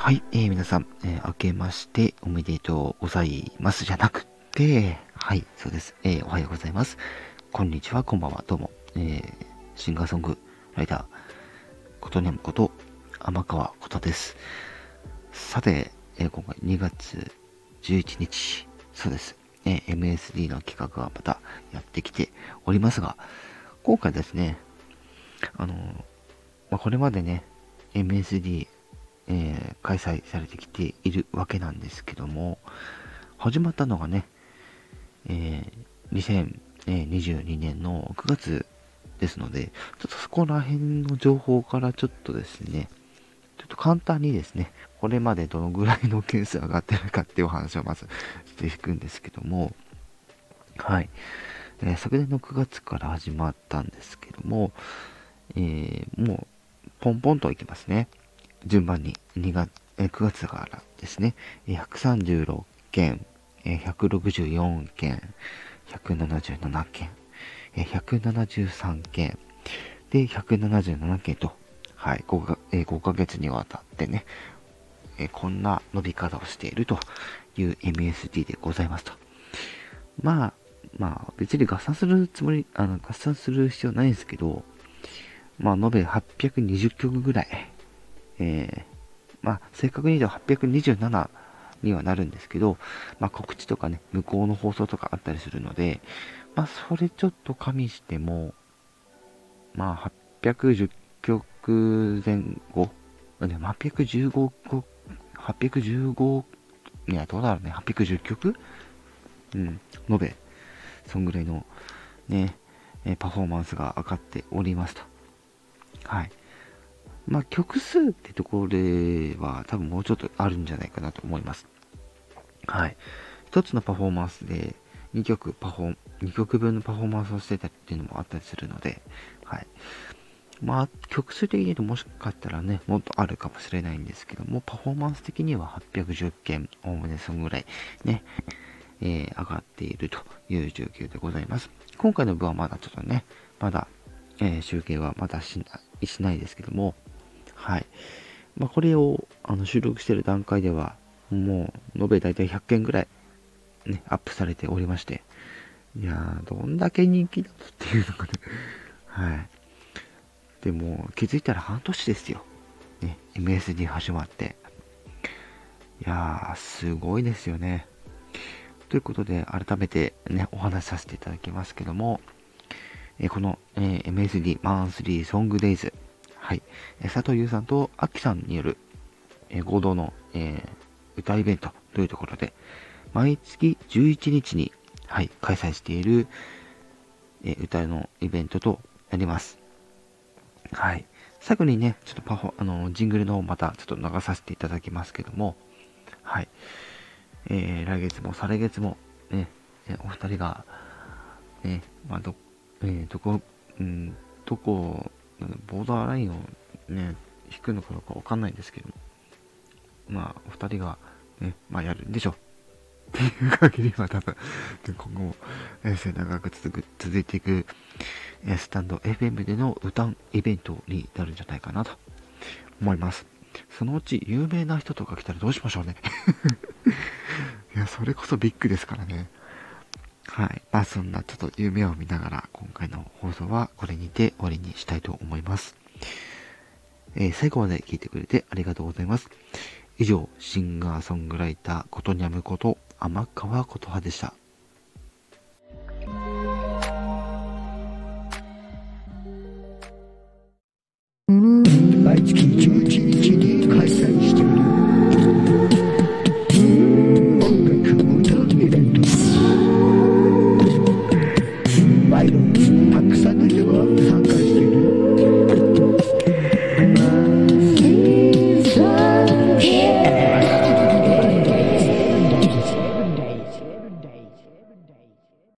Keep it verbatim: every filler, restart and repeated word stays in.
はい、えー、皆さん、えー、明けましておめでとうございますじゃなくて、はい、そうです。えー、おはようございます。こんにちは、こんばんは、どうも、えー、シンガーソングライター、ことねむこと、天川ことです。さて、えー、今回にがつじゅういちにち、そうです、えー、エムエスディー の企画がまたやってきておりますが、今回ですね、あのーまあ、これまでね、エムエスディー、えー開催されてきているわけなんですけども、始まったのがね、えーにせんにじゅうにねんのくがつですので、ちょっとそこら辺の情報からちょっとですね、ちょっと簡単にですね、これまでどのぐらいの件数上がってるかっていうお話をまずしていくんですけども、はい。えー昨年のくがつから始まったんですけども、えーもう、ポンポンといきますね。順番ににがつ、えーくがつからですね、ひゃくさんじゅうろっけん、えーひゃくろくじゅうよんけん、ひゃくななじゅうななけん、えーひゃくななじゅうさんけん、で、ひゃくななじゅうななけんと、はい、ごか、えーごかげつにわたってね、えーこんな伸び方をしているという エムエスディー でございますと。まあ、まあ、別に合算するつもり、あの、合算する必要ないんですけど、まあ、延べはっぴゃくにじゅっきょくぐらい、えー、まあ、正確に言うとはっぴゃくにじゅうななにはなるんですけど、まあ、告知とかね、向こうの放送とかあったりするので、まあ、それちょっと加味しても、まあ、はっぴゃくじゅっきょくぜん後、でもはっぴゃくじゅうご、はっぴゃくじゅうご、いや、どうだろうね、はっぴゃくじゅっきょくうん、延べ、そんぐらいのね、えパフォーマンスが上がっておりますと。はい。まあ、曲数ってところでは多分もうちょっとあるんじゃないかなと思います。はい。一つのパフォーマンスでにきょくパフォー、にきょくぶんのパフォーマンスをしてたっていうのもあったりするので、はい。まあ、曲数的に言うともしかしたらね、もっとあるかもしれないんですけども、パフォーマンス的にははっぴゃくじゅっけん、おおむねそんぐらいね、えー、上がっているという状況でございます。今回の分はまだちょっとね、まだ、えー、集計はまだしなしないですけども、はい。まあ、これをあの収録している段階では、もう、延べだいたいひゃっけんぐらい、ね、アップされておりまして、いやー、どんだけ人気だとっていうのがね、はい。でも、気づいたら半年ですよ。ね、エムエスディー 始まって。いやー、すごいですよね。ということで、改めてね、お話しさせていただきますけども、えーこの、えー エムエスディー マンスリーソングデイズ、はい、えー佐藤優さんとアキさんによる、えー合同の、えー歌イベントというところで、毎月じゅういちにちに、はい、開催している、えー歌のイベントとなります。はい。最後にね、ちょっとパフォ、あの、ジングルの方またちょっと流させていただきますけども、はい。えー、来月も再来月も、ね、えお二人が、ね、まあ、ど、えー、どこ、うん、どこ、ボーダーラインをね、引くのかどうかわかんないんですけども、まあ、お二人が、ね、まあ、やるんでしょう。っていう限りは多分、今後も、えー、末長く続く、続いていく、えースタンド エフエム での歌イベントになるんじゃないかなと思います。そのうち有名な人とか来たらどうしましょうね。いや、それこそビッグですからね。はい。まあそんなちょっと夢を見ながら今回の放送はこれにて終わりにしたいと思います。えー最後まで聞いてくれてありがとうございます。以上、シンガーソングライターことにゃむこと天川琴葉でした。